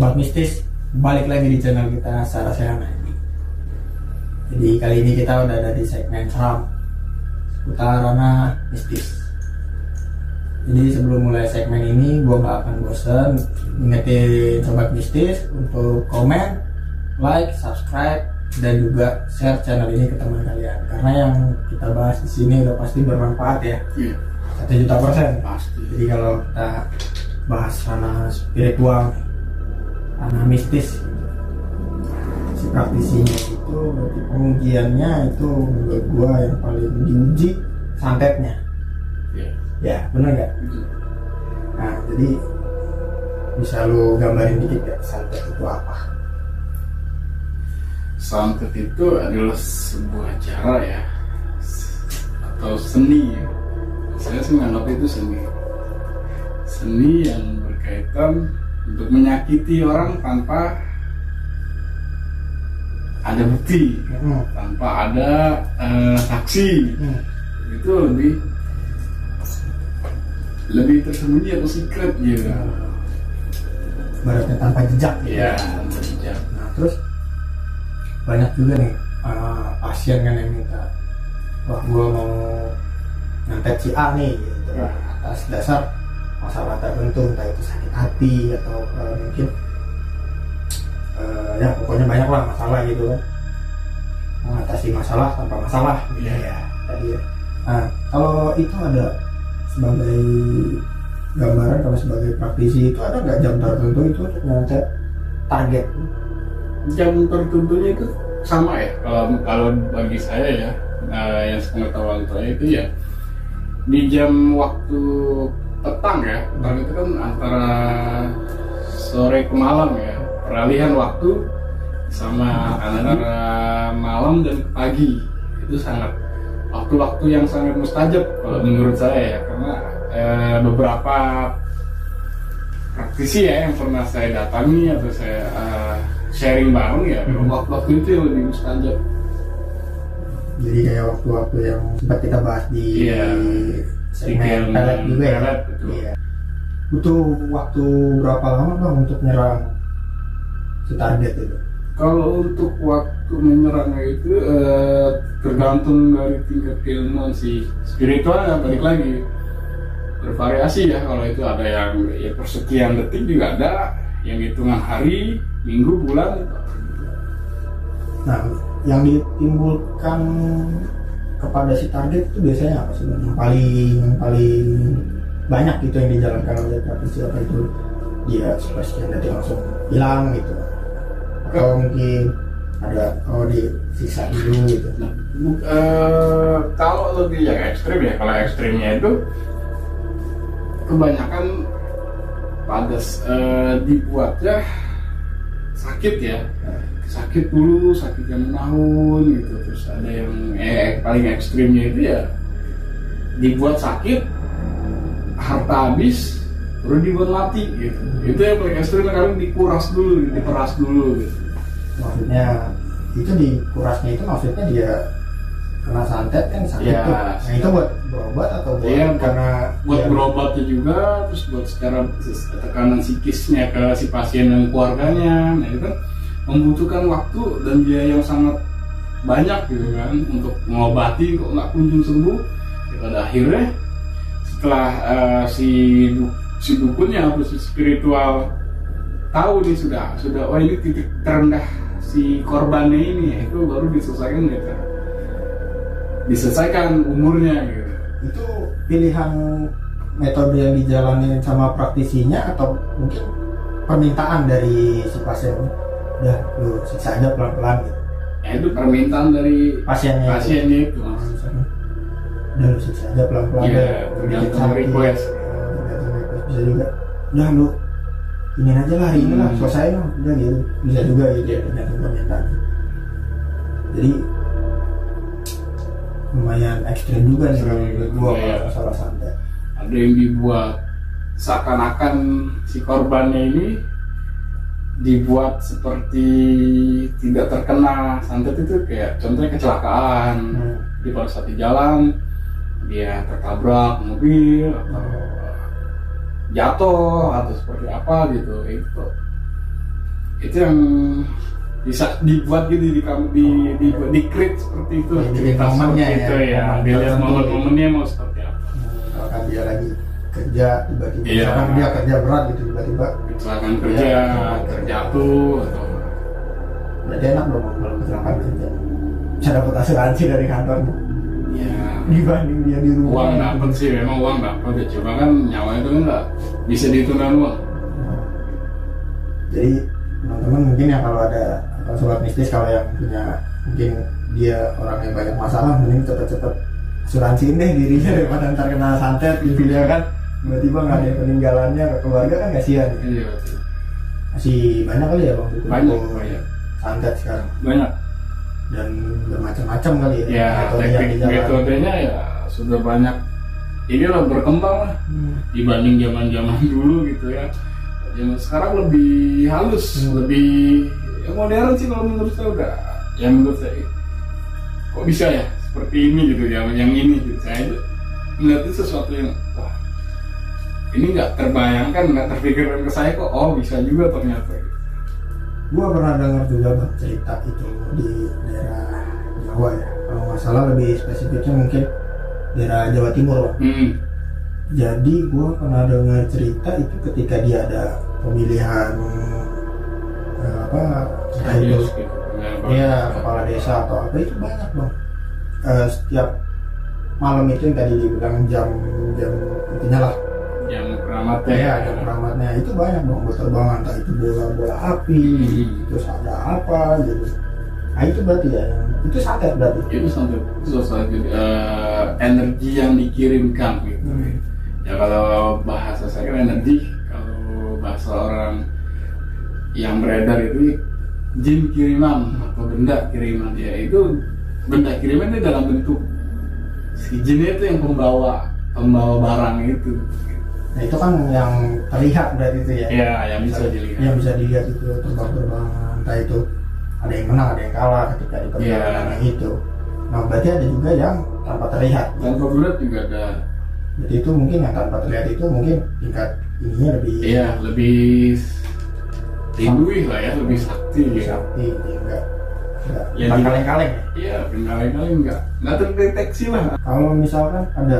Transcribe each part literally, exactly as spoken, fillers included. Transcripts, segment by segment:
Sobat Mistis, balik lagi di channel kita Sarah Serana ini. Jadi kali ini kita udah ada di segmen seram seputar ranah mistis. Jadi sebelum mulai segmen ini, gue gak akan bosan ingetin Sobat Mistis untuk komen, like, subscribe, dan juga share channel ini ke teman kalian. Karena yang kita bahas di sini udah pasti bermanfaat ya. Iya. Satu juta persen Pasti. Jadi kalau kita bahas ranah spiritual, ranah mistis, si praktisinya itu berarti pengujiannya itu menurut gua yang paling diuji santetnya. Iya. Ya benar nggak? Betul. Nah jadi bisa lu gambarin dikit ya santet itu apa? Santet itu adalah sebuah cara ya, atau seni ya. Saya sih menganggap itu seni. Seni yang berkaitan untuk menyakiti orang tanpa ada bukti, Hmm. tanpa ada uh, saksi. Hmm. Itu lebih lebih tersembunyi atau secret gitu. Baratnya tanpa jejak. Gitu. Iya, tanpa jejak. Nah terus banyak juga nih uh, pasien kan yang minta, wah gua mau nyantet si A nih gitu, Ya. atas dasar masalah tertentu, entah itu sakit hati atau uh, mungkin uh, ya pokoknya banyak lah masalah gitu kan, mengatasi masalah tanpa masalah gitu Iya. ya tadi ya. Nah kalau itu ada sebagai gambaran, kalau sebagai praktisi itu ada nggak jam tertentu itu untuk nyantet target? Jam tertentunya itu sama ya, kalau kalau bagi saya ya, uh, yang sepengetahuan saya itu ya di jam waktu petang ya. Petang itu kan antara sore ke malam ya, peralihan waktu sama antara malam dan pagi. Itu sangat waktu-waktu yang sangat mustajab kalau menurut saya ya, karena eh, beberapa praktisi ya yang pernah saya datangi atau saya uh, sharing bareng ya, memang waktu-waktu itu yang lebih mustajab. Jadi kayak waktu-waktu yang sempat kita bahas di Iya. segmen pelet juga ya. Pelet, betul. Iya. Butuh waktu berapa lama bang untuk nyerang si target itu? Kalau untuk waktu menyerangnya itu eh, tergantung dari tingkat keilmuan si spiritual ya, balik lagi bervariasi ya. Kalau itu ada yang ya persekian detik juga ada, yang hitungan hari, minggu, bulan. Nah, yang ditimbulkan kepada si target itu biasanya apa sih? Yang paling yang paling banyak gitu yang dijalankan oleh praktisi, apa itu dia sekian detik langsung hilang gitu, atau mungkin ada oh disiksa dulu gitu. Nah, bu- eh, kalau lebih yang ekstrim ya, kalau ekstrimnya itu kebanyakan pada eh, dibuatnya sakit ya, sakit dulu, sakit yang menahun gitu. Terus ada yang eh, paling ekstrimnya itu ya dibuat sakit, harta habis, baru dibuat mati gitu. Itu yang paling ekstrim, kalian dikuras dulu, diperas dulu gitu. Maksudnya itu dikurasnya itu maksudnya dia kena santet kan sakit Ya, tuh. Nah itu buat berobat atau buat Iya, karena buat dia- berobatnya juga, terus buat secara tekanan psikisnya ke si pasien dan keluarganya. Nah itu kan membutuhkan waktu dan biaya yang sangat banyak gitu kan untuk mengobati, kok nggak kunjung sembuh. Ya, pada akhirnya setelah uh, si du- si dukunnya atau si spiritual tahu nih sudah sudah oh ini titik terendah si korbannya ini, itu baru diselesaikan gitu, diselesaikan umurnya gitu. itu pilihan metode yang dijalani sama praktisinya atau mungkin permintaan dari si pasien, udah lu siksa aja pelan-pelan gitu Ya itu permintaan dari pasiennya itu. pasiennya itu. Oh, misalnya, udah lu siksa aja pelan-pelan Iya, deh, tergantung dikit sakit. request. Ya, tergantung request. Bisa juga udah lu ini aja lah hari ini lah Hmm. selesai lah udah gitu, bisa juga gitu Iya. tergantung permintaan. Jadi lumayan ekstrim juga nih kalau menurut gua Iya. kalau masalah santet. Ada yang dibuat seakan-akan si korbannya ini dibuat seperti tidak terkena santet. Itu kayak contohnya kecelakaan, Hmm. di pada saat di jalan dia tertabrak mobil atau jatuh atau seperti apa gitu, itu itu yang bisa dibuat gitu di di di, di create seperti itu Ya, jadi cerita momennya seperti ya, itu ya, momen dilihat tertentu. momen-momennya mau seperti apa. Misalkan dia lagi kerja tiba-tiba, Iya. misalkan dia kerja berat gitu tiba-tiba, Kecelakaan kerja, Iya. terjatuh atau berarti enak dong kalau kecelakaan kerja. Bisa dapat asuransi dari kantor ya dibanding dia di rumah. uang dapat sih, memang uang dapat ya, cuma kan nyawa itu kan nggak bisa dihitung dengan uang. Jadi teman-teman mungkin ya kalau ada atau sobat mistis kalau yang punya mungkin dia orang yang banyak masalah, mending cepet-cepet asuransiin deh dirinya daripada ntar kena santet gitu ya kan, tiba-tiba nggak ada peninggalannya ke keluarga kan kasihan. Iya, Masih banyak kali ya bang buku banyak banyak santet sekarang banyak. dan bermacam-macam kali ya, Ya metode yang teknik dijalankan. metodenya ya sudah banyak. Ini lah berkembang lah Hmm. dibanding zaman-zaman dulu gitu ya. Zaman sekarang lebih halus, Hmm. lebih ya modern sih kalau menurut saya udah. Yang menurut saya kok bisa ya seperti ini gitu ya, yang ini gitu. Saya itu melihat itu sesuatu yang wah ini nggak terbayangkan, nggak terpikirkan ke saya kok. Oh bisa juga ternyata. Gua pernah dengar juga bang cerita itu di daerah Jawa ya, kalau nggak salah lebih spesifiknya mungkin daerah Jawa Timur bang. Hmm. Jadi gue pernah dengar cerita itu ketika dia ada pemilihan eh, apa entah itu Serius gitu. ya kepala desa atau apa itu banyak bang. Eh, setiap malam itu yang tadi dibilang jam jam intinya lah Yang keramatnya ya ada keramatnya itu banyak bang berterbangan, entah itu bola bola api Hmm. terus ada apa gitu. Nah itu berarti ya itu santet berarti. Itu sampai itu sesuatu eh, energi yang dikirimkan gitu. Hmm. Ya kalau bahasa saya kan energi, kalau bahasa orang yang beredar itu jin kiriman atau benda kiriman. Ya itu benda kiriman itu dalam bentuk si jin itu yang pembawa pembawa barang itu. Nah itu kan yang terlihat berarti itu ya. Ya yang bisa dilihat. Yang bisa dilihat itu terbang-terbangan, entah itu ada yang menang, ada yang kalah ketika di perjalanan Iya. itu. Nah berarti ada juga yang tanpa terlihat. Tanpa berat juga ada. Jadi itu mungkin yang tanpa terlihat itu mungkin tingkat ininya lebih Iya lebih tinggi lah ya, lebih sakti lebih ya. sakti, jadi enggak enggak Ya, enggak di- kaleng-kaleng ya. Iya, kali-kali enggak nggak terdeteksi lah. Kalau misalkan ada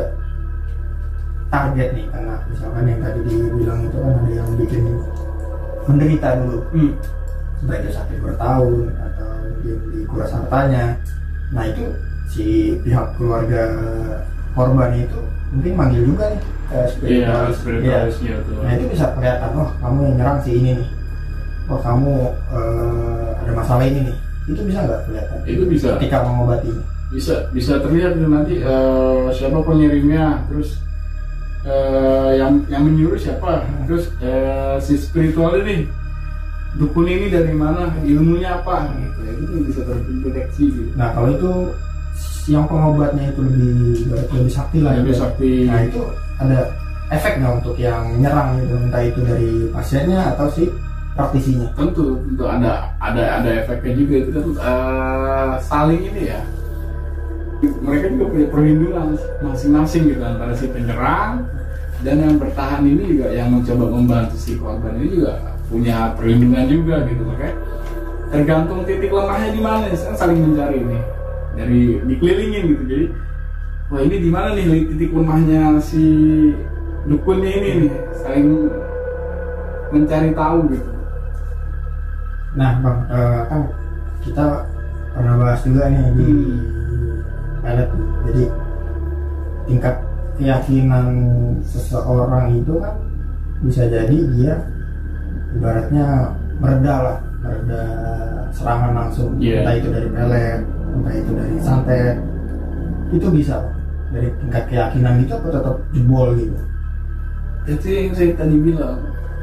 target nih, karena misalkan yang tadi dibilang itu kan ada yang bikin menderita dulu, Hmm. entah itu sakit bertahun atau mungkin dikuras hartanya. Nah itu si pihak keluarga korban itu mungkin manggil juga nih ke Iya, spiritualis. spiritualisnya tuh. Nah itu bisa kelihatan, oh kamu yang nyerang si ini nih, oh kamu eh, ada masalah ini nih. Itu bisa nggak kelihatan Itu bisa, ketika mengobatinya? bisa, bisa terlihat tuh nanti eh, siapa pengirimnya, terus eh, yang yang menyuruh siapa, terus eh, si spiritual ini, dukun ini dari mana, ilmunya apa, gitu. Ya, itu bisa terdeteksi. Gitu. Nah kalau itu yang pengobatnya itu lebih lebih sakti lah, Lebih gitu. sakti. Nah itu ada efek nggak untuk yang nyerang gitu, entah itu dari pasiennya atau si praktisinya? Tentu, tentu ada ada ada efeknya juga itu kan eh, saling ini ya. Mereka juga punya perlindungan masing-masing gitu antara si penyerang dan yang bertahan ini juga yang mencoba membantu si korban ini juga punya perlindungan juga gitu. Makanya tergantung titik lemahnya di mana, kan saling mencari ini dari dikelilingin gitu. Jadi wah ini di mana nih titik lemahnya si dukunnya ini nih, saling mencari tahu gitu. Nah bang, eh, kan kita pernah bahas juga nih di pelet, jadi tingkat keyakinan seseorang itu kan bisa jadi dia ibaratnya mereda lah, mereda serangan langsung, Yeah. entah itu dari pelet, entah itu dari santet, itu bisa Bang. Dari tingkat keyakinan itu apa tetap jebol gitu? Itu yang saya tadi bilang,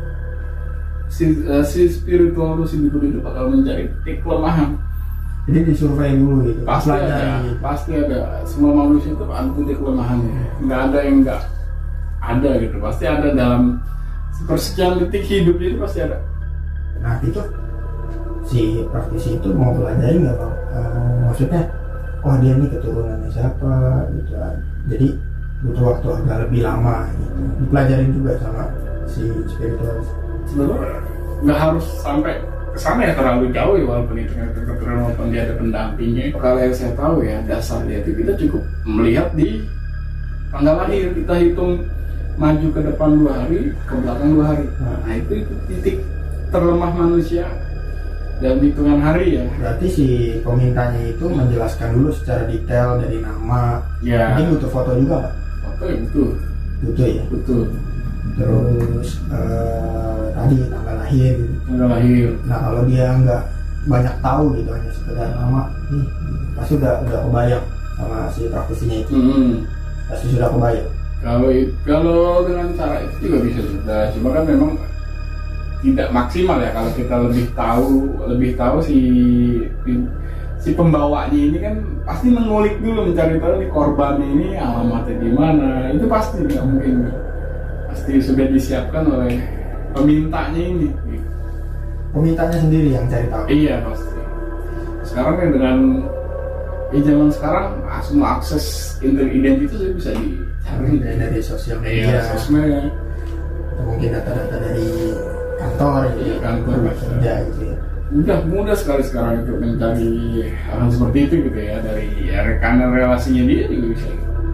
si, uh, si spiritual atau si dukun itu bakal mencari titik kelemahan. Jadi disurvei dulu gitu, Pasti ada, pelajari. pasti ada. Semua manusia itu ada titik kelemahannya. Nggak ada yang nggak ada gitu. Pasti ada dalam sepersekian detik hidupnya itu pasti ada. Nah itu si praktisi itu mau pelajari nggak bang? Eh, maksudnya, oh dia ini keturunannya siapa gitu. Jadi butuh waktu agak lebih lama gitu. Dipelajarin juga sama si spiritualis. Sebenarnya nggak harus sampai kesana ya terlalu jauh ya, walaupun itu kan kedokteran walaupun dia ada pendampingnya. Kalau yang saya tahu ya dasarnya itu kita cukup melihat di tanggal lahir, kita hitung maju ke depan dua hari, ke belakang dua hari. Nah itu, itu titik terlemah manusia dalam hitungan hari ya. Berarti si pemintanya itu menjelaskan dulu secara detail dari nama. Ya. Mungkin butuh foto juga Pak? Foto ya betul. Butuh ya. Betul. Terus eh, tadi tanggal lahir. Gitu. Tanggal lahir. Nah kalau dia nggak banyak tahu gitu, hanya sekedar nama, nih pasti udah udah kebayang sama si praktisinya itu. Hmm. Pasti sudah kebayang. Kalau kalau dengan cara itu juga bisa sudah, cuma kan memang tidak maksimal ya kalau kita lebih tahu lebih tahu si si pembawanya ini kan pasti mengulik dulu, mencari tahu nih korbannya ini alamatnya di mana, itu pasti nggak mungkin, pasti sudah disiapkan oleh pemintanya ini. Pemintanya sendiri yang cari tahu. Iya pasti. Sekarang kan dengan di zaman sekarang semua akses identitas itu bisa dicari dari, dari sosial media, iya, sosmed, atau mungkin data-data dari kantor, gitu, iya, kantor kerja gitu ya. Mudah mudah sekali sekarang untuk mencari hal seperti itu gitu ya, dari ya, rekanan relasinya dia juga bisa.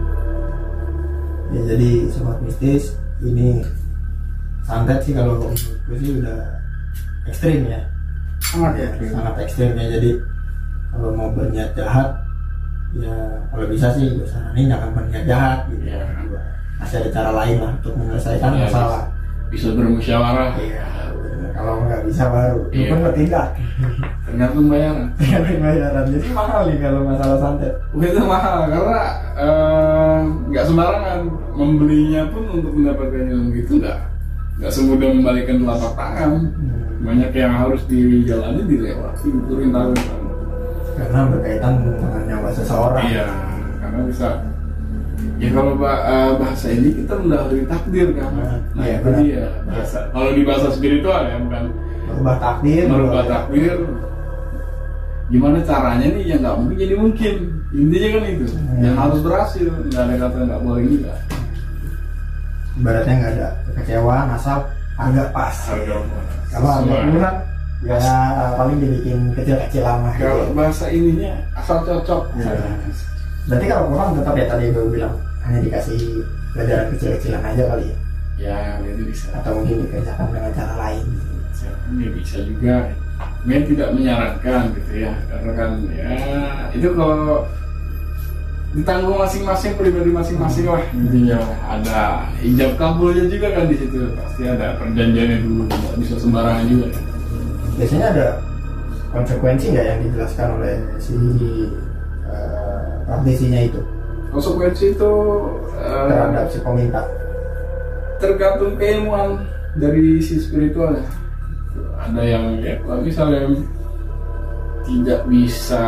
Ya, jadi sobat mistis ini santet sih kalau menurutku sih udah ekstrim ya, Sangat ya, ekstrim. sangat ekstrim ya. Jadi kalau mau berniat jahat, ya kalau bisa sih gue saranin jangan berniat jahat gitu. Ya. Masih ada cara lain lah untuk menyelesaikan Ya, masalah. Bisa bermusyawarah. Iya, kalau nggak bisa baru, itu Iya. pun bertindak. Tergantung bayaran. Dengan bayaran, jadi mahal nih kalau masalah santet. Itu mahal karena eh, nggak sembarangan membelinya pun untuk mendapatkan ilmu itu nggak nggak semudah membalikan telapak tangan. Banyak yang harus dijalani, dilewati, diturin tahun. Karena berkaitan dengan nyawa seseorang. Iya, karena bisa. Ya kalau bah- bahasa ini kita mendahului takdir kan. Nah, Nah iya, itu benar. dia bahasa. Kalau di bahasa spiritual ya bukan Merubah takdir. merubah takdir. Gimana caranya nih yang nggak mungkin jadi mungkin. Intinya kan itu. Hmm. Yang harus berhasil. Nggak ada kata nggak boleh juga. Ibaratnya nggak ada kekecewaan asal harga pas. Harga pas. Kalau harga Sesuai. kurang, ya paling dibikin kecil-kecilan lah. Kalau bahasa ininya asal cocok. Ya. Berarti kalau kurang tetap ya tadi gue bilang hanya dikasih pelajaran kecil-kecilan aja kali ya. Ya itu bisa. Atau mungkin dikerjakan dengan cara lain. Ini bisa juga. Saya tidak menyarankan gitu ya, karena kan ya itu kalau ditanggung masing-masing, pribadi masing-masing lah intinya. Ada ijab kabulnya juga kan di situ, pasti ada perjanjiannya dulu, nggak bisa sembarangan juga. Biasanya ada konsekuensi nggak yang dijelaskan oleh si uh, praktisinya itu Konsekuensi itu eh, terhadap si peminta? tergantung keilmuan dari si spiritual ya. Ada yang ya kalau misalnya tidak bisa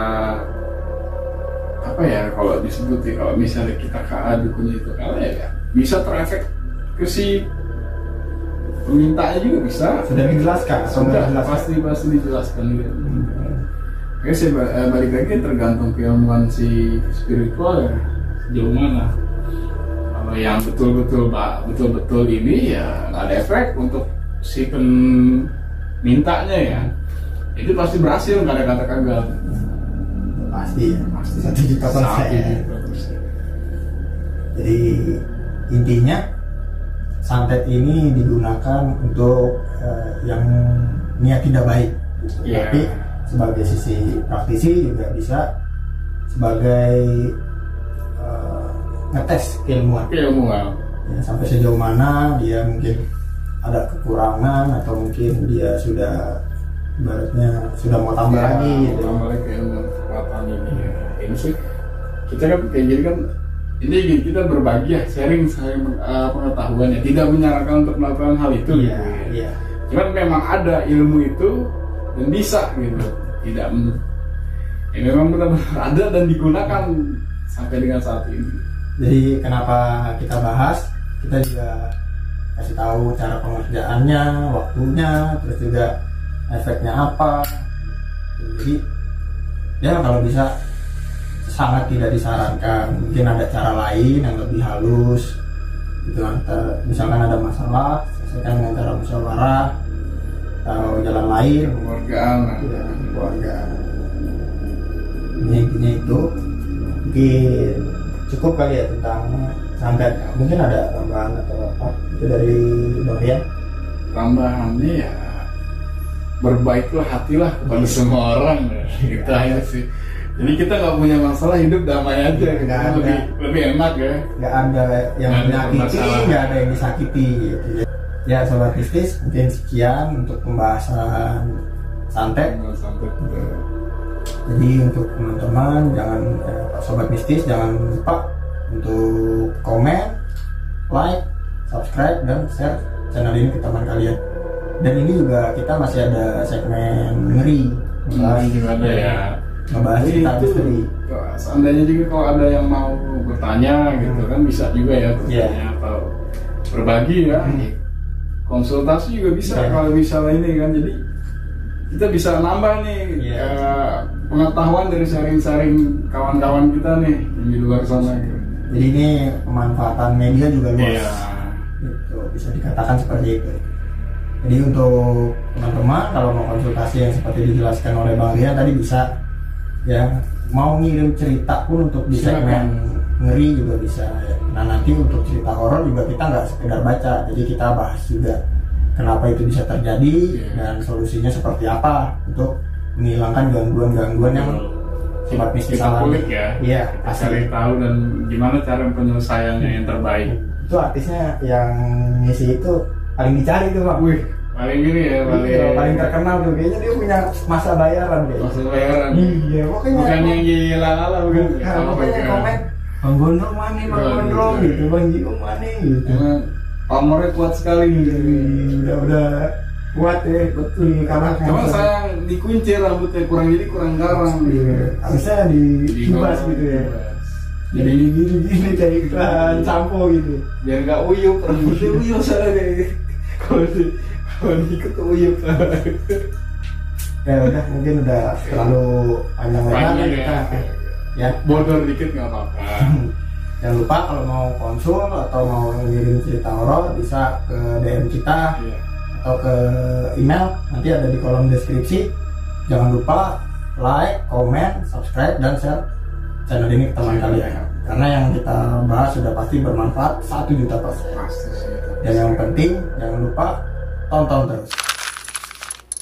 apa ya kalau disebut ya, kalau misalnya kita K A dukunnya itu kalah ya bisa terefek ke si pemintanya juga bisa. Sudah dijelaskan atau Sudah, nggak dijelaskan? pasti pasti dijelaskan gitu. Oke, saya ba- eh, balik lagi tergantung keilmuan si spiritual ya sejauh mana. Kalau yang betul-betul pak betul-betul ini ya nggak ada efek untuk si pemintanya ya, itu pasti berhasil, nggak ada kata gagal. Pasti ya, Pasti. satu juta Satu persen. juta persen. Jadi intinya santet ini digunakan untuk eh, yang niat tidak baik, gitu. Iya. Tapi sebagai sisi praktisi juga bisa sebagai eh, ngetes keilmuan. Keilmuan. Ya, sampai sejauh mana dia mungkin ada kekurangan atau mungkin dia sudah ibaratnya sudah mau tambah Ya, lagi gitu. tambah lagi keilmuan kekuatan ini ya. Ini sih kita kan kayak gini kan ini gini, kita berbagi ya, sharing sharing uh, pengetahuan ya, tidak menyarankan untuk melakukan hal itu. Iya, gitu. iya. Cuman memang ada ilmu itu dan bisa gitu, tidak men- ya memang benar-benar ada dan digunakan sampai dengan saat ini. Jadi kenapa kita bahas, kita juga kasih tahu cara pengerjaannya, waktunya, terus juga efeknya apa. Jadi ya kalau bisa sangat tidak disarankan. Mungkin ada cara lain yang lebih halus gitu kan. Misalkan ada masalah, selesaikan dengan cara musyawarah atau jalan lain, keluargaan, ya, keluarga. Ini intinya itu. Mungkin cukup kali ya tentang santet. Mungkin ada tambahan atau apa itu dari Bang Rian? Tambahannya ya berbaiklah hatilah kepada semua orang ya. Gitu aja sih. Jadi kita nggak punya masalah, hidup damai aja gitu. Nggak Lebih ada. lebih enak ya. Nggak ada yang Nggak ada menyakiti, masalah. nggak ada yang disakiti gitu. Ya sobat mistis, mungkin sekian untuk pembahasan santet. Sampai Jadi untuk teman-teman jangan eh, sobat mistis jangan lupa untuk komen, like, subscribe dan share channel ini ke teman kalian. Dan ini juga kita masih ada segmen ngeri, Ngebahas juga ada ya. ngebahas cerita Itu, misteri. seandainya juga kalau ada yang mau bertanya gitu kan bisa juga ya bertanya Iya. atau berbagi ya. Hmm. Konsultasi juga bisa Iya. kalau misalnya ini kan, jadi kita bisa nambah nih Iya. eh, pengetahuan dari sharing-sharing kawan-kawan kita nih yang di luar sana gitu. Jadi ini pemanfaatan media juga luas. Iya. Gitu, bisa dikatakan seperti itu. Jadi untuk teman-teman kalau mau konsultasi yang seperti dijelaskan oleh Bang Rian tadi bisa ya, mau ngirim cerita pun untuk di Silakan. segmen ngeri juga bisa ya. Nah nanti untuk cerita horor juga kita nggak sekedar baca, jadi kita bahas juga kenapa itu bisa terjadi Iya. dan solusinya seperti apa untuk menghilangkan gangguan-gangguan yang sobat mistis Kita alami. kulik ya. Iya, Kita pasti. cari tahu dan gimana cara penyelesaiannya yang terbaik. Itu artisnya yang ngisi itu paling dicari tuh Bang. Wih, paling ini ya, paling Iya, paling terkenal tuh kayaknya dia punya masa bayaran kayaknya. Maksud bayaran. Iya, makanya Bukan yang gila-gila bukan. Nah, makanya komen Bang Gondrong mana, Bang Iya, Gondrong iya. gitu, Bang Jio mana gitu. Emang pamornya kuat sekali gitu. Udah udah kuat ya, betul kalahkan. Cuma sayang dikunci rambutnya kurang, jadi kurang garang gitu. Iya, harusnya dibas gitu ya. Jadi gini-gini kayak iklan sampo gitu. Biar nggak uyup rambutnya uyup sana deh. Kalau di kalau diikut uyup. Ya udah mungkin udah terlalu panjang lebar Panjang ya ya. kita. Ya, Bodor dikit nggak apa-apa. jangan lupa kalau mau konsul atau mau ngirim cerita horor bisa ke D M kita Iya. atau ke email, nanti ada di kolom deskripsi. Jangan lupa like, comment, subscribe dan share channel ini ke teman kalian, karena yang kita bahas sudah pasti bermanfaat satu juta persen. Pasti sih. Dan yang penting jangan lupa tonton terus.